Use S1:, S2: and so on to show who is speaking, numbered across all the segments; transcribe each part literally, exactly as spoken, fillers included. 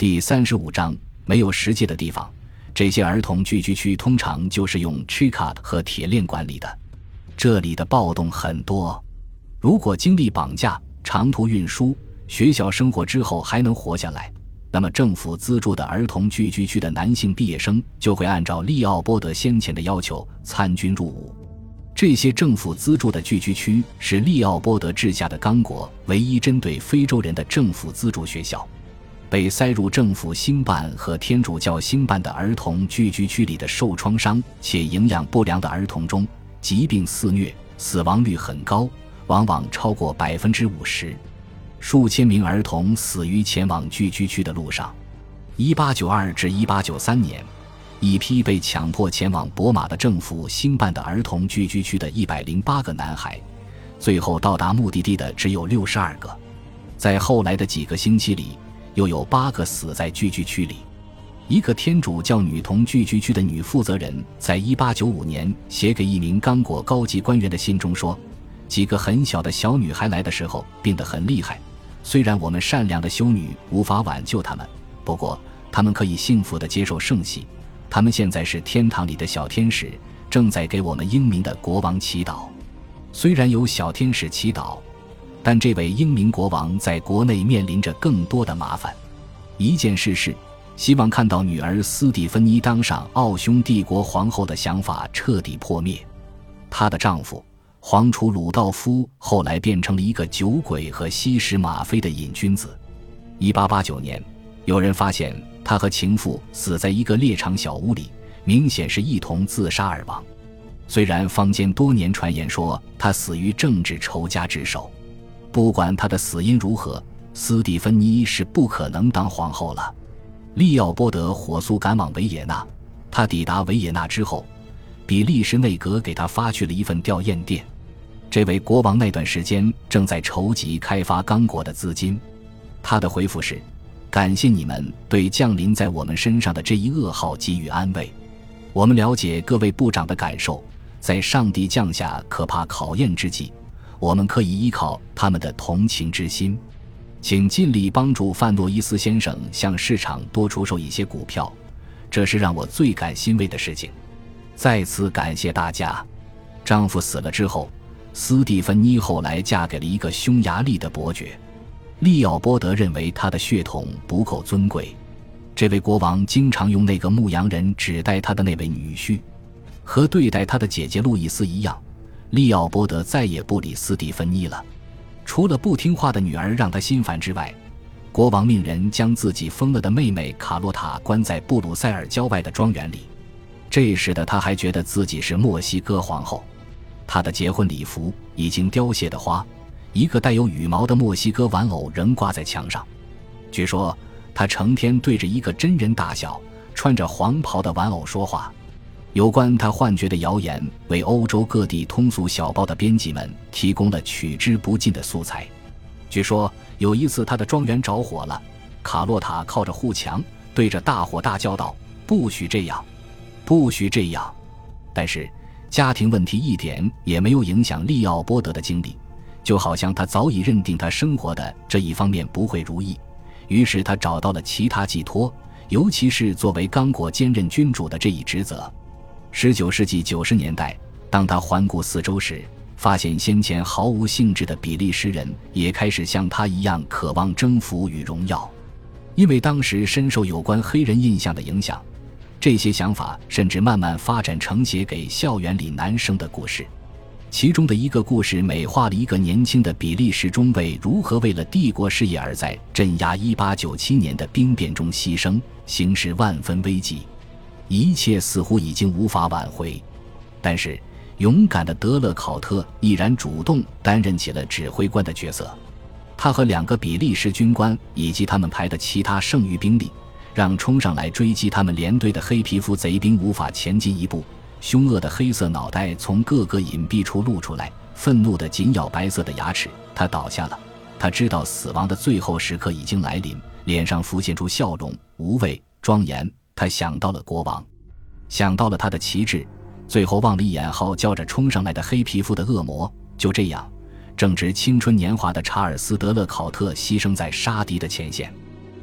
S1: 第三十五章，没有石界的地方。这些儿童聚居区通常就是用 Chicot 和铁链管理的，这里的暴动很多。如果经历绑架、长途运输、学校生活之后还能活下来，那么政府资助的儿童聚居区的男性毕业生就会按照利奥波德先前的要求参军入伍。这些政府资助的聚居区是利奥波德治下的刚果唯一针对非洲人的政府资助学校。被塞入政府兴办和天主教兴办的儿童聚居区里的受创伤且营养不良的儿童中，疾病肆虐，死亡率很高，往往超过 百分之五十。 数千名儿童死于前往聚居区的路上。一八九二至一八九三年，一批被强迫前往博马的政府兴办的儿童聚居区的一百零八个男孩，最后到达目的地的只有六十二个。在后来的几个星期里，又有八个死在聚居区里。一个天主教女童聚居区的女负责人在一八九五年写给一名刚果高级官员的信中说，几个很小的小女孩来的时候病得很厉害，虽然我们善良的修女无法挽救她们，不过她们可以幸福地接受圣洗，她们现在是天堂里的小天使，正在给我们英明的国王祈祷。虽然有小天使祈祷，但这位英明国王在国内面临着更多的麻烦。一件事是，希望看到女儿斯蒂芬妮当上奥匈帝国皇后的想法彻底破灭。她的丈夫皇储鲁道夫后来变成了一个酒鬼和吸食吗啡的瘾君子。一八八九年，有人发现他和情妇死在一个猎场小屋里，明显是一同自杀而亡。虽然坊间多年传言说他死于政治仇家之手，不管他的死因如何，斯蒂芬妮是不可能当皇后了。利奥波德火速赶往维也纳，他抵达维也纳之后，比利时内阁给他发去了一份吊唁电。这位国王那段时间正在筹集开发刚果的资金。他的回复是，感谢你们对降临在我们身上的这一噩耗给予安慰。我们了解各位部长的感受，在上帝降下可怕考验之际，我们可以依靠他们的同情之心，请尽力帮助范诺伊斯先生向市场多出售一些股票，这是让我最感欣慰的事情。再次感谢大家。丈夫死了之后，斯蒂芬妮后来嫁给了一个匈牙利的伯爵。利奥波德认为他的血统不够尊贵，这位国王经常用那个牧羊人指代他的那位女婿。和对待他的姐姐路易斯一样，利奥波德再也不理斯蒂芬妮了。除了不听话的女儿让他心烦之外，国王命人将自己疯了的妹妹卡洛塔关在布鲁塞尔郊外的庄园里。这时的他还觉得自己是墨西哥皇后。他的结婚礼服已经凋谢的花，一个带有羽毛的墨西哥玩偶仍挂在墙上。据说他成天对着一个真人大小穿着黄袍的玩偶说话。有关他幻觉的谣言为欧洲各地通俗小报的编辑们提供了取之不尽的素材。据说有一次他的庄园着火了，卡洛塔靠着护墙对着大火大叫道，不许这样，不许这样。但是家庭问题一点也没有影响利奥波德的经历，就好像他早已认定他生活的这一方面不会如意，于是他找到了其他寄托，尤其是作为刚果兼任君主的这一职责。十九世纪九十年代，当他环顾四周时，发现先前毫无兴致的比利时人也开始像他一样渴望征服与荣耀。因为当时深受有关黑人印象的影响，这些想法甚至慢慢发展成写给校园里男生的故事。其中的一个故事美化了一个年轻的比利时中尉如何为了帝国事业而在镇压一八九七年的兵变中牺牲，形势万分危急，一切似乎已经无法挽回。但是勇敢的德勒考特毅然主动担任起了指挥官的角色。他和两个比利时军官以及他们排的其他剩余兵力，让冲上来追击他们连队的黑皮肤贼兵无法前进一步。凶恶的黑色脑袋从各个隐蔽处露出来，愤怒地紧咬白色的牙齿。他倒下了，他知道死亡的最后时刻已经来临，脸上浮现出笑容，无畏庄严。他想到了国王，想到了他的旗帜，最后望了一眼号叫着冲上来的黑皮肤的恶魔。就这样，正值青春年华的查尔斯·德勒考特牺牲在杀敌的前线。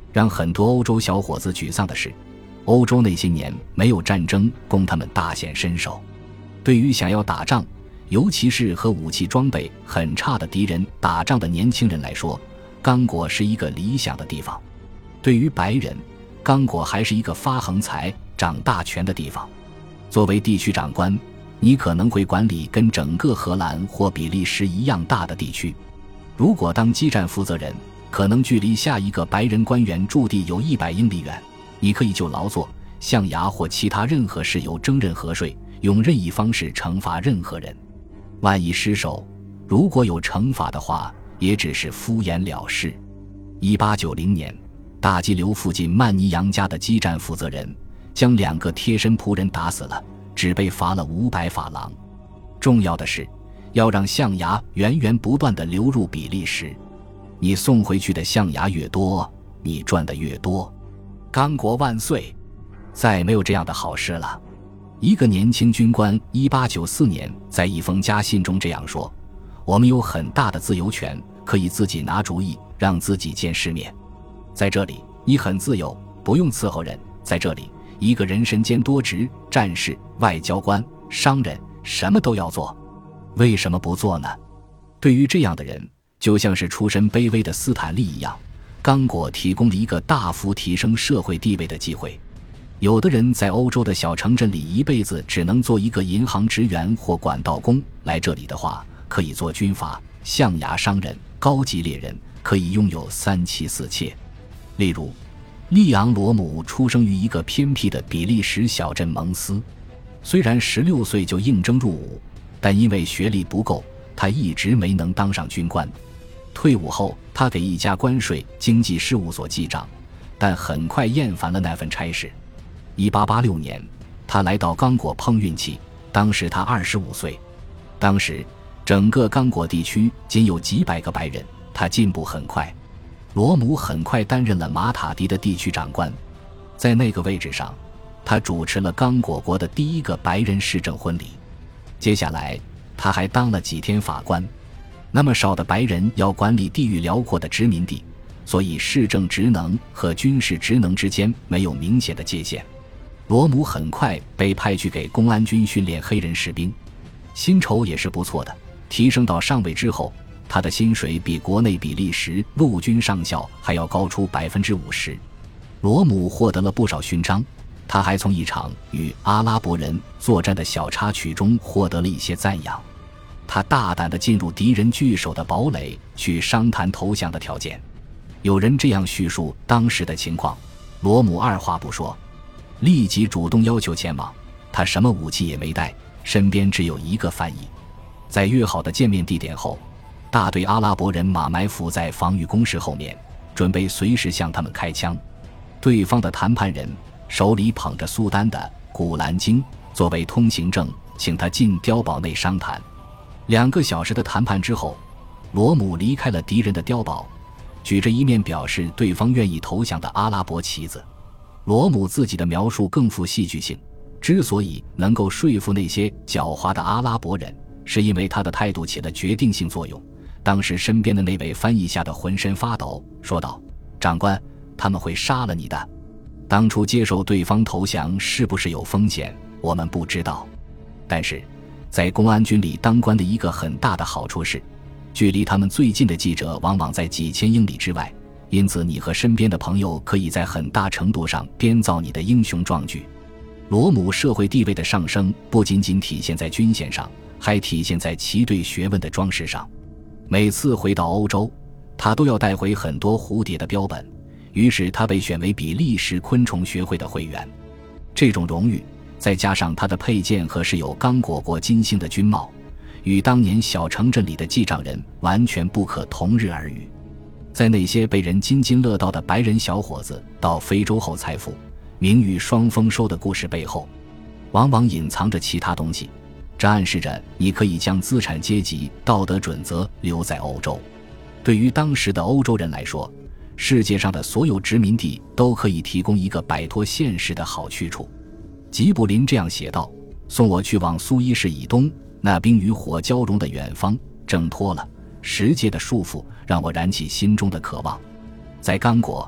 S1: 让很多欧洲小伙子沮丧的是，欧洲那些年没有战争供他们大显身手。对于想要打仗，尤其是和武器装备很差的敌人打仗的年轻人来说，刚果是一个理想的地方。对于白人，刚果还是一个发横财、掌大权的地方。作为地区长官，你可能会管理跟整个荷兰或比利时一样大的地区。如果当基站负责人，可能距离下一个白人官员驻地有一百英里远，你可以就劳作、象牙或其他任何事由征任河税，用任意方式惩罚任何人。万一失手，如果有惩罚的话，也只是敷衍了事。一八九零年，大激流附近曼尼扬家的基站负责人将两个贴身仆人打死了，只被罚了五百法郎。重要的是，要让象牙源源不断地流入比利时。你送回去的象牙越多，你赚的越多。刚国万岁！再没有这样的好事了。一个年轻军官一八九四年在一封家信中这样说：我们有很大的自由权，可以自己拿主意，让自己见世面。在这里，你很自由，不用伺候人。在这里，一个人身兼多职，战士、外交官、商人，什么都要做。为什么不做呢？对于这样的人，就像是出身卑微的斯坦利一样，刚果提供了一个大幅提升社会地位的机会。有的人在欧洲的小城镇里一辈子只能做一个银行职员或管道工，来这里的话，可以做军阀、象牙商人、高级猎人，可以拥有三妻四妾。例如，利昂罗姆出生于一个偏僻的比利时小镇蒙斯，虽然十六岁就应征入伍，但因为学历不够，他一直没能当上军官。退伍后，他给一家关税经纪事务所记账，但很快厌烦了那份差事。一八八六年，他来到刚果碰运气，当时他二十五岁。当时整个刚果地区仅有几百个白人，他进步很快。罗姆很快担任了马塔迪的地区长官，在那个位置上，他主持了刚果国的第一个白人市政婚礼。接下来他还当了几天法官。那么少的白人要管理地域辽阔的殖民地，所以市政职能和军事职能之间没有明显的界限。罗姆很快被派去给公安军训练黑人士兵，薪酬也是不错的。提升到上尉之后，他的薪水比国内比利时陆军上校还要高出 百分之五十。 罗姆获得了不少勋章，他还从一场与阿拉伯人作战的小插曲中获得了一些赞扬。他大胆地进入敌人据守的堡垒，去商谈投降的条件。有人这样叙述当时的情况：罗姆二话不说，立即主动要求前往。他什么武器也没带，身边只有一个翻译。在约好的见面地点后，大队阿拉伯人马埋伏在防御工事后面，准备随时向他们开枪。对方的谈判人手里捧着苏丹的《古兰经》作为通行证，请他进碉堡内商谈。两个小时的谈判之后，罗姆离开了敌人的碉堡，举着一面表示对方愿意投降的阿拉伯旗子。罗姆自己的描述更富戏剧性，之所以能够说服那些狡猾的阿拉伯人，是因为他的态度起了决定性作用。当时身边的那位翻译吓得浑身发抖，说道：长官，他们会杀了你的。当初接受对方投降是不是有风险，我们不知道。但是在公安军里当官的一个很大的好处是，距离他们最近的记者往往在几千英里之外，因此你和身边的朋友可以在很大程度上编造你的英雄壮举。罗姆社会地位的上升不仅仅体现在军衔上，还体现在其对学问的装饰上。每次回到欧洲，他都要带回很多蝴蝶的标本，于是他被选为比利时昆虫学会的会员。这种荣誉再加上他的佩剑和是有刚果国金星的军帽，与当年小城镇里的记账人完全不可同日而语。在那些被人津津乐道的白人小伙子到非洲后财富、名誉双丰收的故事背后，往往隐藏着其他东西，这暗示着你可以将资产阶级道德准则留在欧洲。对于当时的欧洲人来说，世界上的所有殖民地都可以提供一个摆脱现实的好去处。吉卜林这样写道：送我去往苏伊士以东，那冰与火交融的远方，挣脱了世界的束缚，让我燃起心中的渴望。在刚果，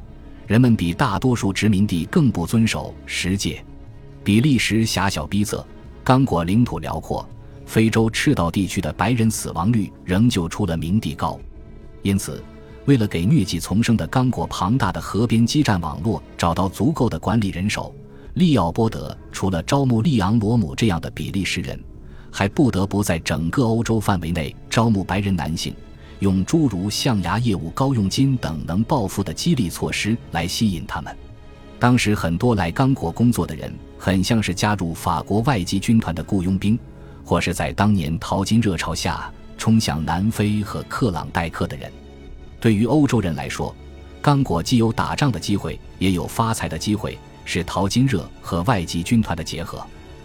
S1: 人们比大多数殖民地更不遵守十诫。比利时狭小逼仄，刚果领土辽阔，非洲赤道地区的白人死亡率仍旧出了名地高。因此，为了给疟疾丛生的刚果庞大的河边基站网络找到足够的管理人手，利奥波德除了招募利昂罗姆这样的比利时人，还不得不在整个欧洲范围内招募白人男性，用诸如象牙业务高佣金等能暴富的激励措施来吸引他们。当时很多来刚果工作的人很像是加入法国外籍军团的雇佣兵，或是在当年淘金热潮下冲向南非和克朗代克的人。对于欧洲人来说，刚果既有打仗的机会，也有发财的机会，是淘金热和外籍军团的结合。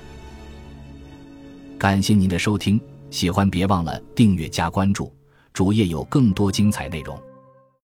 S1: 感谢您的收听，喜欢别忘了订阅加关注，主页有更多精彩内容。